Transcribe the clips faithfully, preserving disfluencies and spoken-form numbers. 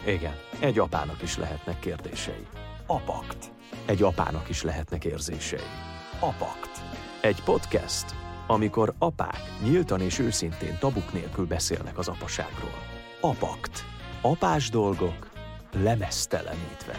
Igen, egy apának is lehetnek kérdései. Apakt. Egy apának is lehetnek érzései. Apakt. Egy podcast, amikor apák nyíltan és őszintén tabuk nélkül beszélnek az apaságról. Apakt. Apás dolgok lemeztelenítve.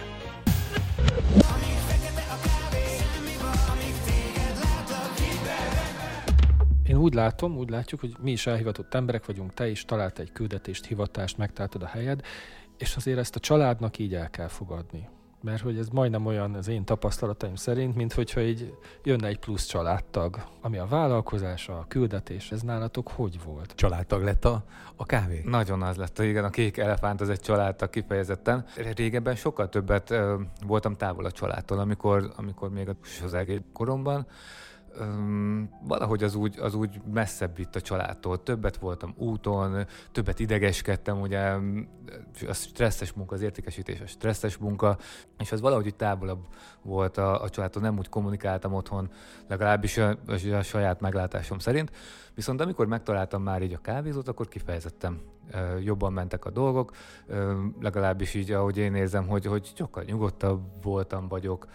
Én úgy látom, úgy látjuk, hogy mi is elhivatott emberek vagyunk, te is talált egy küldetést, hivatást, megtaláltad a helyed, és azért ezt a családnak így el kell fogadni. Mert hogy ez majdnem olyan az én tapasztalataim szerint, mint hogyha így jönne egy plusz családtag, ami a vállalkozása, a küldetés, ez nálatok hogy volt? Családtag lett a, a kávé? Nagyon az lett, igen, a kék elefánt az egy családtag kifejezetten. Régebben sokkal többet uh, voltam távol a családtól, amikor, amikor még az egész koromban. Um, valahogy az úgy, az úgy messzebb vitt a családtól. Többet voltam úton, többet idegeskedtem, ugye a stresszes munka, az értékesítés a stresszes munka, és az valahogy így távolabb volt a, a családtól, nem úgy kommunikáltam otthon, legalábbis a, a, a saját meglátásom szerint. Viszont amikor megtaláltam már így a kávézót, akkor kifejezetten uh, jobban mentek a dolgok, uh, legalábbis így, ahogy én érzem, hogy, hogy sokkal nyugodtabb voltam, vagyok,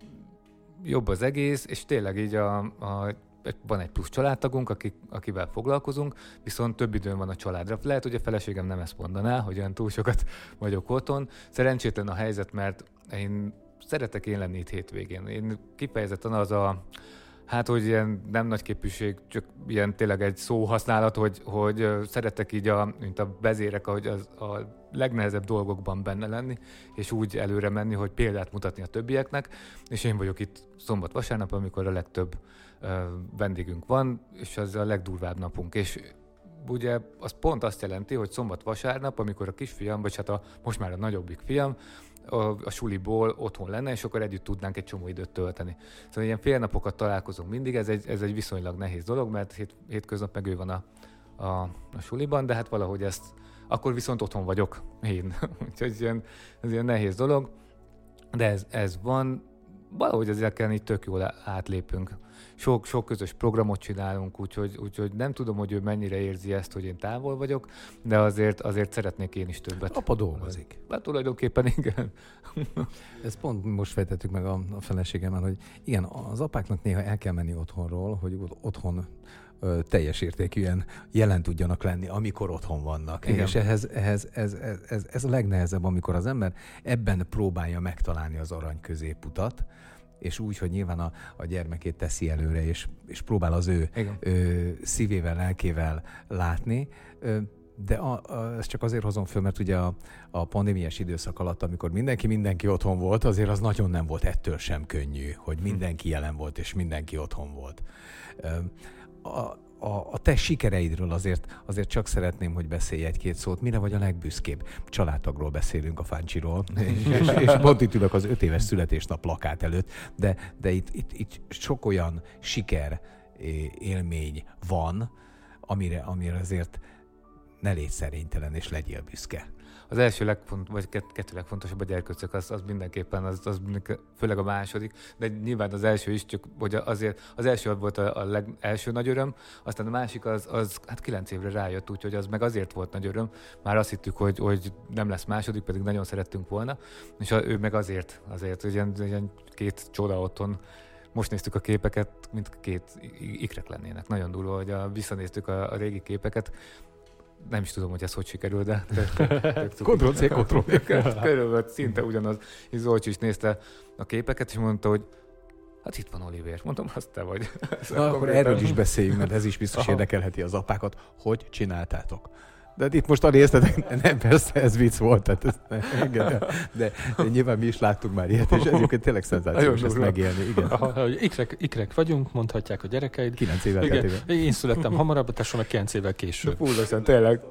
jobb az egész, és tényleg így a, a, van egy plusz családtagunk, akik, akivel foglalkozunk, viszont több időm van a családra. Lehet, hogy a feleségem nem ezt mondaná, hogy olyan túl sokat vagyok otthon. Szerencsétlen a helyzet, mert én szeretek én lenni itt hétvégén. Én kifejezetten az a, hát, hogy ilyen nem nagy képűség, csak ilyen tényleg egy szóhasználat, hogy, hogy szeretek így, a, mint a vezérek, ahogy az a legnehezebb dolgokban benne lenni, és úgy előre menni, hogy példát mutatni a többieknek, és én vagyok itt szombat-vasárnap, amikor a legtöbb uh, vendégünk van, és az a legdurvább napunk, és ugye az pont azt jelenti, hogy szombat-vasárnap, amikor a kisfiam, vagy hát a, most már a nagyobbik fiam, a, a suliból otthon lenne, és akkor együtt tudnánk egy csomó időt tölteni. Szóval ilyen félnapokat találkozunk mindig, ez egy, ez egy viszonylag nehéz dolog, mert hét, hétköznap meg ő van a, a, a suliban, de hát valahogy ezt akkor viszont otthon vagyok én. Úgyhogy ilyen, ez ilyen nehéz dolog, de ez, ez van. Valahogy ezeken így tök jól átlépünk. Sok, sok közös programot csinálunk, úgyhogy, úgyhogy nem tudom, hogy ő mennyire érzi ezt, hogy én távol vagyok, de azért, azért szeretnék én is többet. Apa dolgozik. Hát tulajdonképpen igen. Ezt pont most fejtettük meg a, a feleségemmel, hogy igen, az apáknak néha el kell menni otthonról, hogy otthon ö, teljes értékűen jelen tudjanak lenni, amikor otthon vannak. Igen. És ehhez, ehhez ez, ez, ez, ez a legnehezebb, amikor az ember ebben próbálja megtalálni az arany középutat, és úgy, hogy nyilván a, a gyermekét teszi előre, és, és próbál az ő ö, szívével, lelkével látni. Ö, de a, a, ezt csak azért hozom föl, mert ugye a, a pandémiás időszak alatt, amikor mindenki mindenki otthon volt, azért az nagyon nem volt ettől sem könnyű, hogy mindenki jelen volt, és mindenki otthon volt. Ö, a, A, a te sikereidről azért, azért csak szeretném, hogy beszélj egy-két szót. Mire vagy a legbüszkébb? Családtagról beszélünk, a Fáncsiról, és, és, és pont itt ülök az öt éves születésnap plakát előtt, de, de itt, itt, itt sok olyan siker élmény van, amire, amire azért ne légy szerénytelen, és legyél büszke. Az első legfont, vagy kettő legfontosabb a gyerkőcök, az, az mindenképpen, az, az főleg a második, de nyilván az első is, csak hogy azért az első volt a, a legelső nagy öröm, aztán a másik az, az hát kilenc évre rájött, úgyhogy az meg azért volt nagy öröm, már azt hittük, hogy, hogy nem lesz második, pedig nagyon szerettünk volna, és ő meg azért, azért, hogy ilyen, ilyen két csoda otthon. Most néztük a képeket, mint két ikrek lennének. Nagyon durva, hogy a, visszanéztük a, a régi képeket. Nem is tudom, hogy ez hogy sikerül, de... Ctrl-C, Ctrl-V. Körülbelül szinte ugyanaz. És Zolcsi is nézte a képeket, és mondta, hogy hát itt van Olivér. Mondtam, azt te vagy. Na, akkor erről is beszéljünk, mert ez is biztos Aha. érdekelheti az apákat. Hogy csináltátok? De itt most a részletek, nem persze, ez vicc volt, tehát ez, igen, de, de nyilván mi is láttuk már ilyet, és egyébként tényleg szenzációs ezt megélni. Igen. Aha, ikrek, ikrek vagyunk, mondhatják a gyerekeid. Kilenc évvel igen. Én születtem hamarabb, tesóm meg kilenc évvel később. Púlosan, tényleg.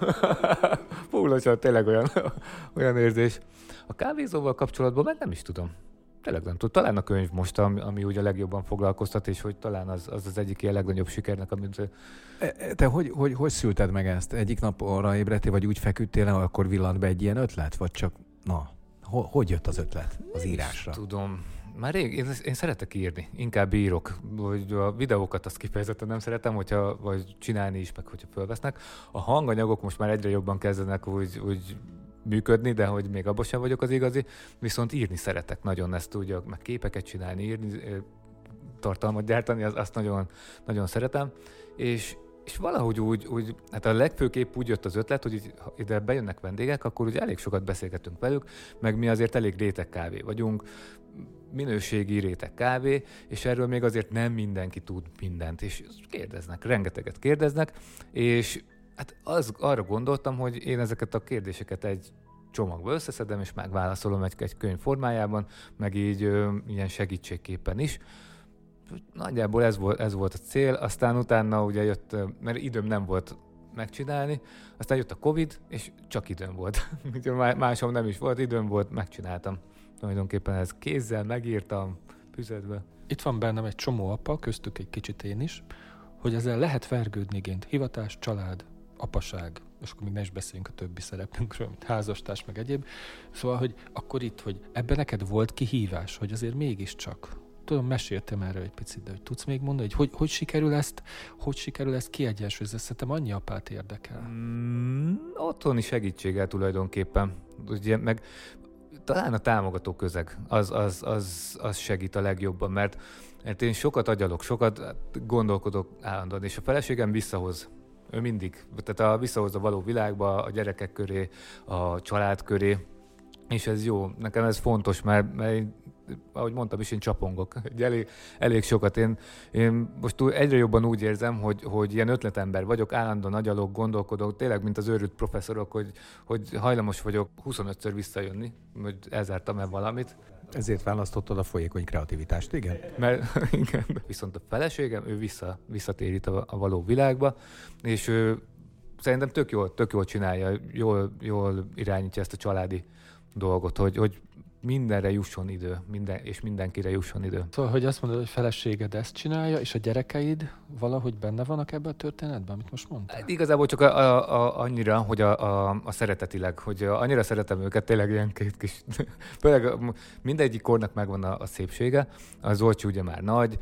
Púlosan, tényleg olyan, olyan érzés. A kávézóval kapcsolatban meg nem is tudom. Tényleg nem tudom. Talán a könyv most, ami, ami úgy a legjobban foglalkoztat, és hogy talán az az, az egyik ilyen legnagyobb sikernek, amit... Te hogy, hogy, hogy szülted meg ezt? Egyik nap arra ébredtél, vagy úgy feküdtél, akkor villant be egy ilyen ötlet? Vagy csak, na, ho, hogy jött az ötlet az írásra? Tudom. Már rég, én, én szeretek írni, inkább írok. Vagy a videókat azt kifejezetten nem szeretem, hogyha, vagy csinálni is, meg hogyha fölvesznek. A hanganyagok most már egyre jobban kezdenek úgy, úgy működni, de hogy még abban sem vagyok az igazi, viszont írni szeretek nagyon, ezt tudjak, meg képeket csinálni, írni, tartalmat gyártani, az, azt nagyon, nagyon szeretem, és, és valahogy úgy, úgy, hát a legfőképp úgy jött az ötlet, hogy így, ha ide bejönnek vendégek, akkor ugye elég sokat beszélgetünk velük, meg mi azért elég réteg kávé vagyunk, minőségi réteg kávé, és erről még azért nem mindenki tud mindent, és kérdeznek, rengeteget kérdeznek, és hát az, arra gondoltam, hogy én ezeket a kérdéseket egy csomagba összeszedem, és megválaszolom egy, egy könyv formájában, meg így ö, ilyen segítségképpen is. Nagyjából ez volt, ez volt a cél, aztán utána ugye jött, mert időm nem volt megcsinálni, aztán jött a Covid, és csak időm volt. Másom nem is volt, időm volt, megcsináltam. Tulajdonképpen ez kézzel megírtam, füzetbe. Itt van bennem egy csomó apa, köztük egy kicsit én is, hogy ezzel lehet vergődni igényt. Hivatás, család, apaság, és akkor még ne is beszéljünk a többi szerepünkről, mint házastárs, meg egyéb. Szóval, hogy akkor itt, hogy ebben neked volt kihívás, hogy azért mégiscsak, tudom, meséltem erről egy picit, de hogy tudsz még mondani, hogy hogy, hogy sikerül ezt, hogy sikerül ezt kiegyensúlyozni? Szerintem annyi apát érdekel. Mm, otthoni segítséggel tulajdonképpen. Ugye, meg talán a támogató közeg, az, az, az, az segít a legjobban, mert, mert én sokat agyalok, sokat gondolkodok állandóan, és a feleségem visszahoz. Ő mindig, tehát a visszahoz a való világba, a gyerekek köré, a család köré, és ez jó. Nekem ez fontos, mert, mert ahogy mondtam is, én csapongok. Elég, elég sokat. Én, én most túl egyre jobban úgy érzem, hogy, hogy ilyen ötletember vagyok, állandóan agyalok, gondolkodok, tényleg, mint az őrült professzorok, hogy, hogy hajlamos vagyok huszonötször visszajönni, hogy elzártam-e valamit. Ezért választottad a folyékony kreativitást, igen? Mert, igen. Viszont a feleségem, ő vissza, visszatérít a, a való világba, és ő szerintem tök jól, tök jól csinálja, jól, jól irányítja ezt a családi dolgot, hogy, hogy mindenre jusson idő, minden, és mindenkire jusson idő. Szóval, hogy azt mondod, hogy feleséged ezt csinálja, és a gyerekeid valahogy benne vannak ebben a történetben, amit most mondtál? Hát igazából csak a, a, a, annyira, hogy a, a, a szeretetileg, hogy a, annyira szeretem őket, tényleg ilyen két kis... Főleg mindegyik kornak megvan a, a szépsége. Az Zolcsi ugye már nagy,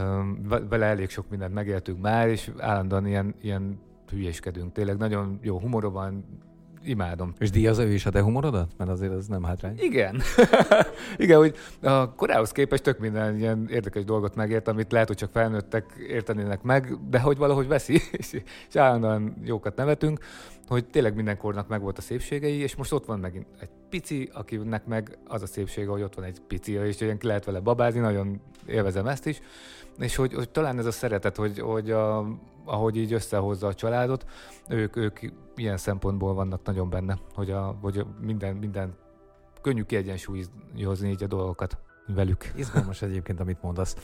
vele elég sok mindent megéltünk már, és állandóan ilyen, ilyen hülyéskedünk. Tényleg nagyon jó humora van, imádom. És díjazza ő is a te humorodat? Mert azért az nem hátrány. Igen. Igen, hogy a korához képest tök minden ilyen érdekes dolgot megért, amit lehet, hogy csak felnőttek értenének meg, de hogy valahogy veszi, és, és állandóan jókat nevetünk, hogy tényleg mindenkornak meg volt a szépségei, és most ott van megint egy pici, akinek meg az a szépsége, hogy ott van egy pici, és olyan ki lehet vele babázni, nagyon élvezem ezt is, és hogy, hogy talán ez a szeretet, hogy, hogy a, ahogy így összehozza a családot, ők, ők ilyen szempontból vannak nagyon benne, hogy, a, hogy minden, minden könnyű kiegyensúlyozni így a dolgokat velük. Izgalmas egyébként, amit mondasz.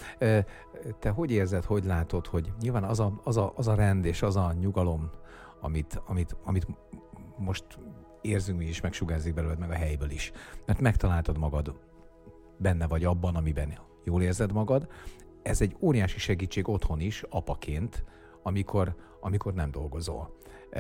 Te hogy érzed, hogy látod, hogy nyilván az a, az a, az a rend és az a nyugalom, amit, amit, amit most érzünk mi is, megsugárzik belőled, meg a helyből is. Mert megtaláltad magad, benne vagy abban, amiben jól érzed magad. Ez egy óriási segítség otthon is, apaként, amikor, amikor nem dolgozol.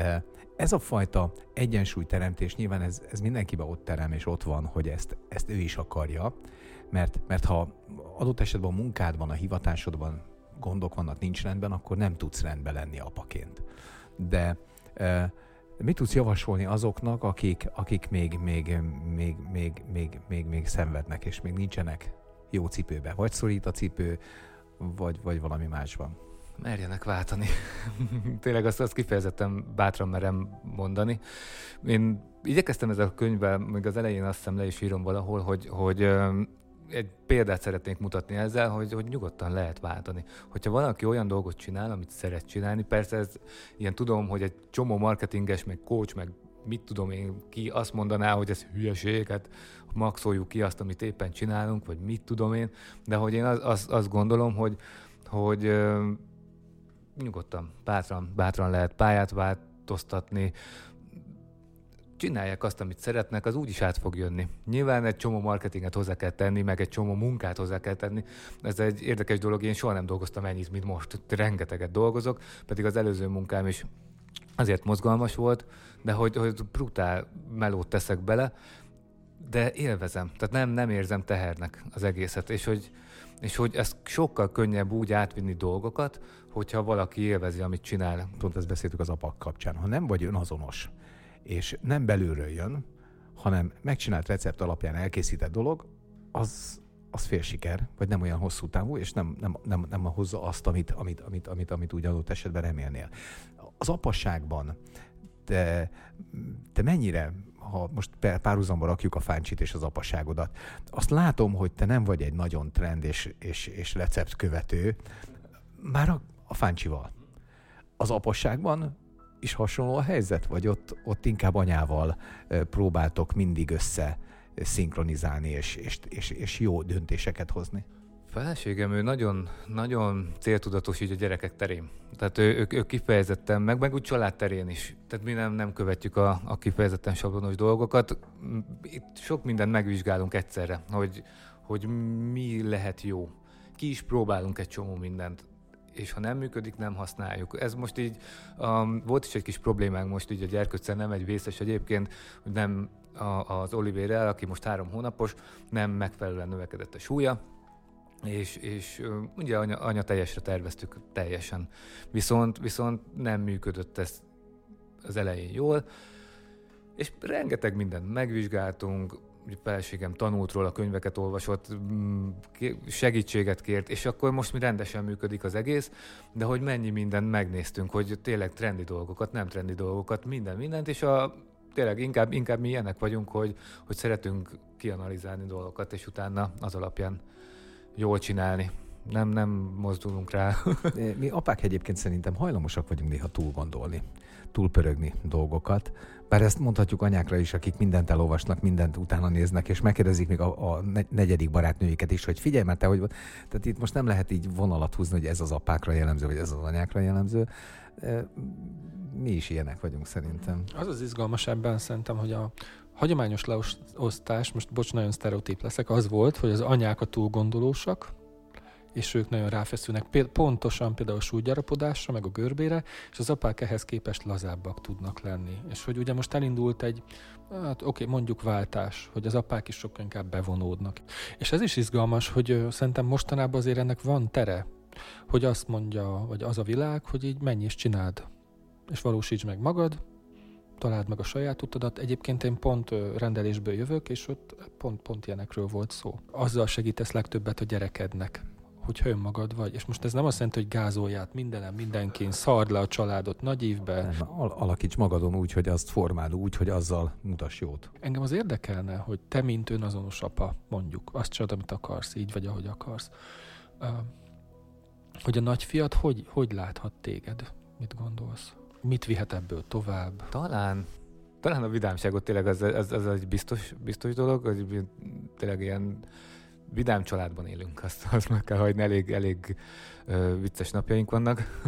Ez a fajta egyensúlyteremtés, nyilván ez, ez mindenkiben ott terem, és ott van, hogy ezt, ezt ő is akarja, mert, mert ha adott esetben a munkádban, a hivatásodban gondok vannak, nincs rendben, akkor nem tudsz rendben lenni apaként. De e, mit tudsz javasolni azoknak, akik, akik még, még, még, még, még, még, még szenvednek, és még nincsenek jó cipőben? Vagy szorít a cipő, vagy, vagy valami más van? Merjenek váltani. Tényleg azt, azt kifejezetten bátran merem mondani. Én igyekeztem ezzel a könyvvel, még az elején azt hiszem le is írom valahol, hogy, hogy egy példát szeretnék mutatni ezzel, hogy, hogy nyugodtan lehet váltani. Hogyha valaki olyan dolgot csinál, amit szeret csinálni, persze ez ilyen tudom, hogy egy csomó marketinges, meg coach, meg mit tudom én, ki azt mondaná, hogy ez hülyeség, hát maxoljuk ki azt, amit éppen csinálunk, vagy mit tudom én, de hogy én az, az, azt gondolom, hogy, hogy nyugodtan, bátran, bátran lehet pályát változtatni, csinálják azt, amit szeretnek, az úgy is át fog jönni. Nyilván egy csomó marketinget hozzá kell tenni, meg egy csomó munkát hozzá kell tenni. Ez egy érdekes dolog, én soha nem dolgoztam ennyit, mint most. Rengeteget dolgozok, pedig az előző munkám is azért mozgalmas volt, de hogy, hogy brutál melót teszek bele, de élvezem. Tehát nem, nem érzem tehernek az egészet, és hogy és hogy ez sokkal könnyebb úgy átvinni dolgokat, hogyha valaki élvezi, amit csinál. Pont ezt beszéltük az apak kapcsán. Ha nem vagy önazonos, és nem belülről jön, hanem megcsinált recept alapján elkészített dolog, az, az fél siker, vagy nem olyan hosszú távú, és nem, nem, nem, nem hozza azt, amit, amit, amit, amit, amit úgy adott esetben remélnél. Az apasságban te, te mennyire, ha most párhuzamba rakjuk a fáncsit és az apasságodat, azt látom, hogy te nem vagy egy nagyon trend és, és, és receptkövető, már a, a fáncsival. Az apasságban is hasonló a helyzet, vagy ott, ott inkább anyával próbáltok mindig össze szinkronizálni és, és, és, és jó döntéseket hozni? Feleségem, ő nagyon, nagyon céltudatos így a gyerekek terén. Tehát ő, ő, ő kifejezetten, meg, meg úgy család terén is. Tehát mi nem, nem követjük a, a kifejezetten sablonos dolgokat. Itt sok mindent megvizsgálunk egyszerre, hogy, hogy mi lehet jó. Ki is próbálunk egy csomó mindent, és ha nem működik, nem használjuk. Ez most így, um, volt is egy kis problémánk most így a gyerkőccel, nem egy vészes egyébként, hogy nem a, az Olivérrel, aki most három hónapos, nem megfelelően növekedett a súlya, és, és ugye anya, anya teljesre terveztük teljesen. Viszont, viszont nem működött ez az elején jól, és rengeteg mindent megvizsgáltunk, a feleségem tanult róla, könyveket olvasott, segítséget kért, és akkor most mi rendesen működik az egész, de hogy mennyi mindent megnéztünk, hogy tényleg trendi dolgokat, nem trendi dolgokat, minden, mindent, és a, tényleg inkább, inkább mi ilyenek vagyunk, hogy, hogy szeretünk kianalizálni dolgokat, és utána az alapján jól csinálni. Nem, nem mozdulunk rá. Mi apák egyébként szerintem hajlamosak vagyunk néha túl gondolni, túlpörögni dolgokat. Bár ezt mondhatjuk anyákra is, akik mindent elolvasnak, mindent utána néznek, és megkérdezik még a, a negyedik barátnőiket is, hogy figyelj, mert te hogy... Tehát itt most nem lehet így vonalat húzni, hogy ez az apákra jellemző, vagy ez az anyákra jellemző. Mi is ilyenek vagyunk szerintem. Az az izgalmas ebben szerintem, hogy a hagyományos leosztás, most bocs, nagyon sztereotíp leszek, az volt, hogy az anyák a túlgondolósak, és ők nagyon ráfeszülnek pontosan például a súlygyarapodásra, meg a görbére, és az apák ehhez képest lazábbak tudnak lenni. És hogy ugye most elindult egy, hát oké, mondjuk váltás, hogy az apák is sokkal inkább bevonódnak. És ez is izgalmas, hogy szerintem mostanában azért ennek van tere, hogy azt mondja, vagy az a világ, hogy így menj és csináld, és valósítsd meg magad, találd meg a saját utadat. Egyébként én pont rendelésből jövök, és ott pont, pont ilyenekről volt szó. Azzal segítesz legtöbbet a gyerekednek, hogyha önmagad vagy. És most ez nem azt jelenti, hogy gázolját mindenem, mindenkin, szard le a családot nagy évbe. Nem, al- alakíts magadon úgy, hogy azt formáld úgy, hogy azzal mutass jót. Engem az érdekelne, hogy te, mint önazonos apa, mondjuk, azt csinálod, amit akarsz, így vagy, ahogy akarsz. Uh, hogy a nagyfiad hogy, hogy láthat téged? Mit gondolsz? Mit vihet ebből tovább? Talán, talán a vidámságot tényleg az, az, az egy biztos, biztos dolog, hogy tényleg ilyen vidám családban élünk, azt, azt meg kell hagyni, elég, elég uh, vicces napjaink vannak.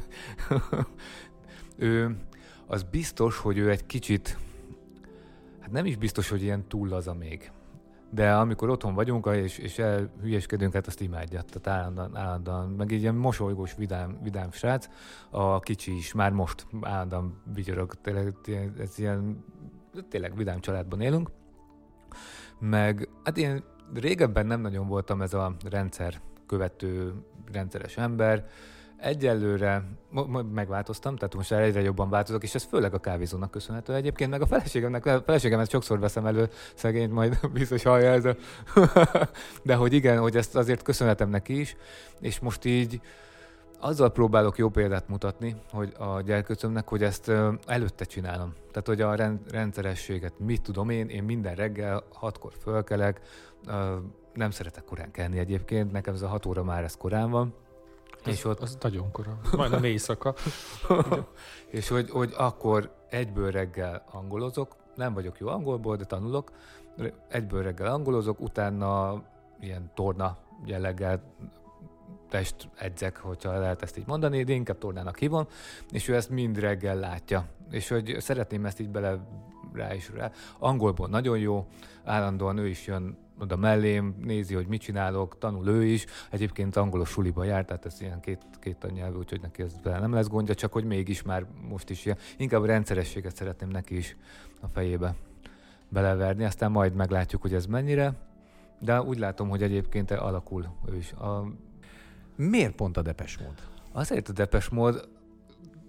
ő, az biztos, hogy ő egy kicsit, hát nem is biztos, hogy ilyen túl laza még. De amikor otthon vagyunk, és, és elhülyeskedünk, hát azt imádja, tehát állandóan, állandóan, meg így ilyen mosolygós, vidám, vidám srác, a kicsi is már most állandóan vigyorog, tényleg, ez ilyen, tényleg vidám családban élünk. Meg, hát én régebben nem nagyon voltam ez a rendszer követő, rendszeres ember. Egyelőre megváltoztam, tehát most egyre jobban változok, és ez főleg a kávézónak köszönhető egyébként, meg a feleségemnek, a feleségemet sokszor veszem elő, szegényt majd biztos hallja ez a... De hogy igen, hogy ezt azért köszönhetem neki is, és most így azzal próbálok jó példát mutatni, hogy a gyerkőcömnek, hogy ezt előtte csinálom. Tehát, hogy a rendszerességet, mit tudom én, én minden reggel hatkor fölkelek, nem szeretek korán kelni egyébként, nekem ez a hat óra már ez korán van. Az, és ott... az nagyon korán, majdnem éjszaka. És hogy, hogy akkor egyből reggel angolozok, nem vagyok jó angolból, de tanulok, egyből reggel angolozok, utána ilyen torna jelleggel test edzek, hogyha lehet ezt így mondani, de inkább tornának hívom, és ő ezt mind reggel látja. És hogy szeretném ezt így bele rá is rá. Angolból nagyon jó, állandóan ő is jön oda mellém, nézi, hogy mit csinálok, tanul ő is. Egyébként angolos suliba járt, tehát ez ilyen két, két tannyelvű, úgyhogy neki ez nem lesz gondja, csak hogy mégis már most is ilyen. Inkább a rendszerességet szeretném neki is a fejébe beleverni, aztán majd meglátjuk, hogy ez mennyire, de úgy látom, hogy egyébként alakul ő is. A... Miért pont a Depeche Mode? Azért a Depeche Mode,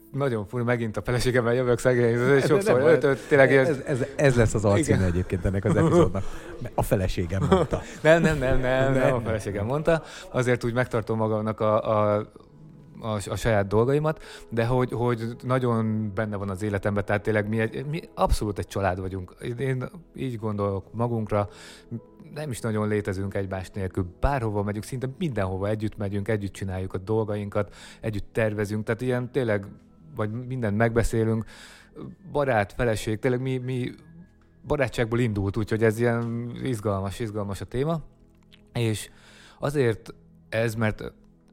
nagyon fura, megint a feleségemmel jövök szegény, ez sokszor ötöt, tényleg ez, ez, ez, ez lesz az alcíme egyébként ennek az epizódnak. A feleségem mondta. Nem, nem, nem, nem, nem, nem a feleségem mondta. Azért úgy megtartom magamnak a, a A, a saját dolgaimat, de hogy, hogy nagyon benne van az életemben, tehát tényleg mi, egy, mi abszolút egy család vagyunk. Én így gondolok magunkra, nem is nagyon létezünk egymás nélkül. Bárhova megyünk, szinte mindenhova együtt megyünk, együtt csináljuk a dolgainkat, együtt tervezünk, tehát ilyen tényleg, vagy mindent megbeszélünk, barát, feleség, tényleg mi, mi barátságból indult, úgyhogy ez ilyen izgalmas, izgalmas a téma, és azért ez, mert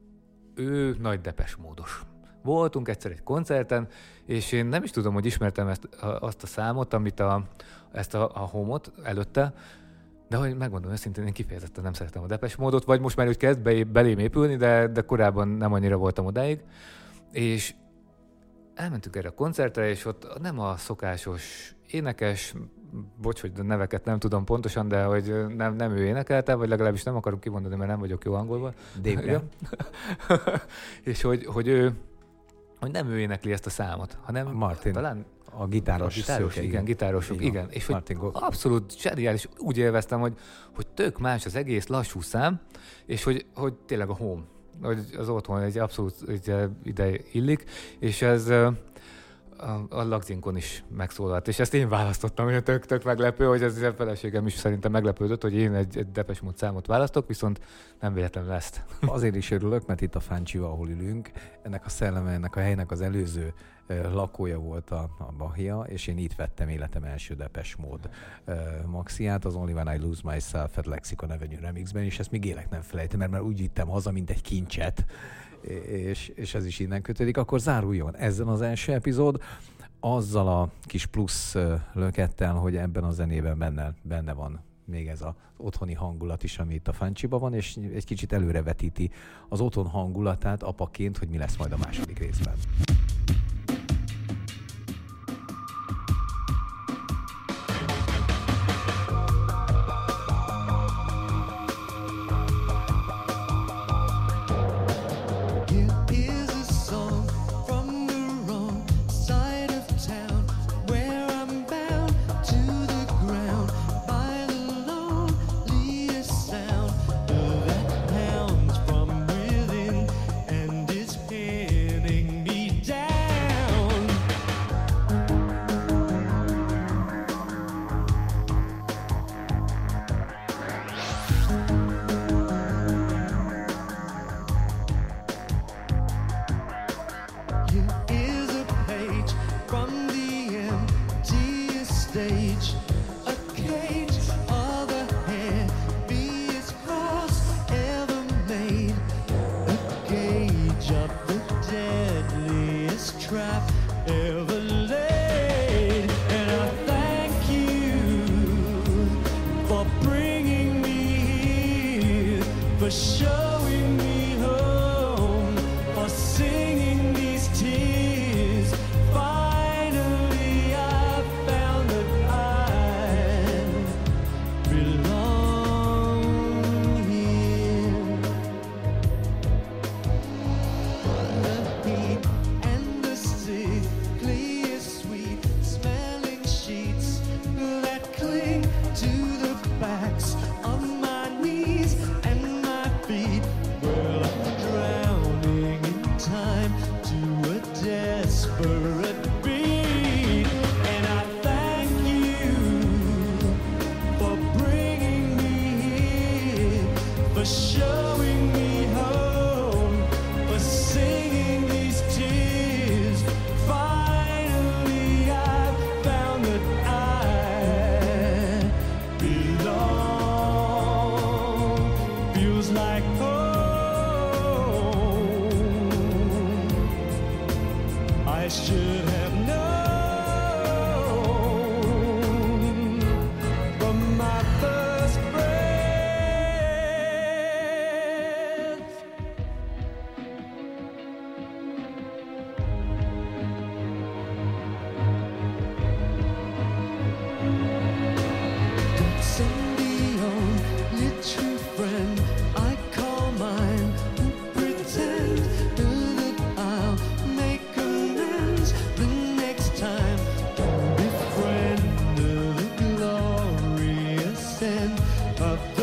ő nagy Depeche módos. Voltunk egyszer egy koncerten, és én nem is tudom, hogy ismertem ezt, azt a számot, amit a, ezt a, a Home-ot előtte, de hogy megmondom őszintén, én kifejezetten nem szeretem a Depeche módot, vagy most már úgy kezd be, belém épülni, de, de korábban nem annyira voltam odáig, és elmentünk erre a koncertre, és ott nem a szokásos énekes, bocs, hogy a neveket nem tudom pontosan, de hogy nem, nem ő énekelte, vagy legalábbis nem akarok kimondani, mert nem vagyok jó angolban. Dave És hogy, hogy ő hogy nem ő énekli ezt a számot, hanem Martin, talán a gitáros, a gitáros szőke, igen, gitárosok, igen. igen. És hogy abszolút zseniális, úgy élveztem, hogy, hogy tök más az egész lassú szám, és hogy, hogy tényleg a Home, hogy az otthon egy abszolút ide illik, és ez a, a Lagzinkon is megszólalt, és ezt én választottam, hogy tök, tök meglepő, hogy ez a feleségem is szerintem meglepődött, hogy én egy, egy Depeche Mode számot választok, viszont nem véletlenül ezt. Azért is örülök, mert itt a Fáncsival, ahol ülünk, ennek a szelleme, ennek a helynek az előző uh, lakója volt a, a Bahia, és én itt vettem életem első Depeche Mode uh, maxiát, az Only When I Lose Myself-et Lexicon Avenue remixben, és ezt még élek nem felejtem, mert már úgy vittem haza, mint egy kincset, és, és ez is innen kötődik, akkor záruljon ezen az első epizód, azzal a kis plusz lökettel, hogy ebben a zenében benne, benne van még ez az otthoni hangulat is, ami itt a Fáncsiban van, és egy kicsit előrevetíti az otthon hangulatát apaként, hogy mi lesz majd a második részben. To the backs of my knees and my feet. love.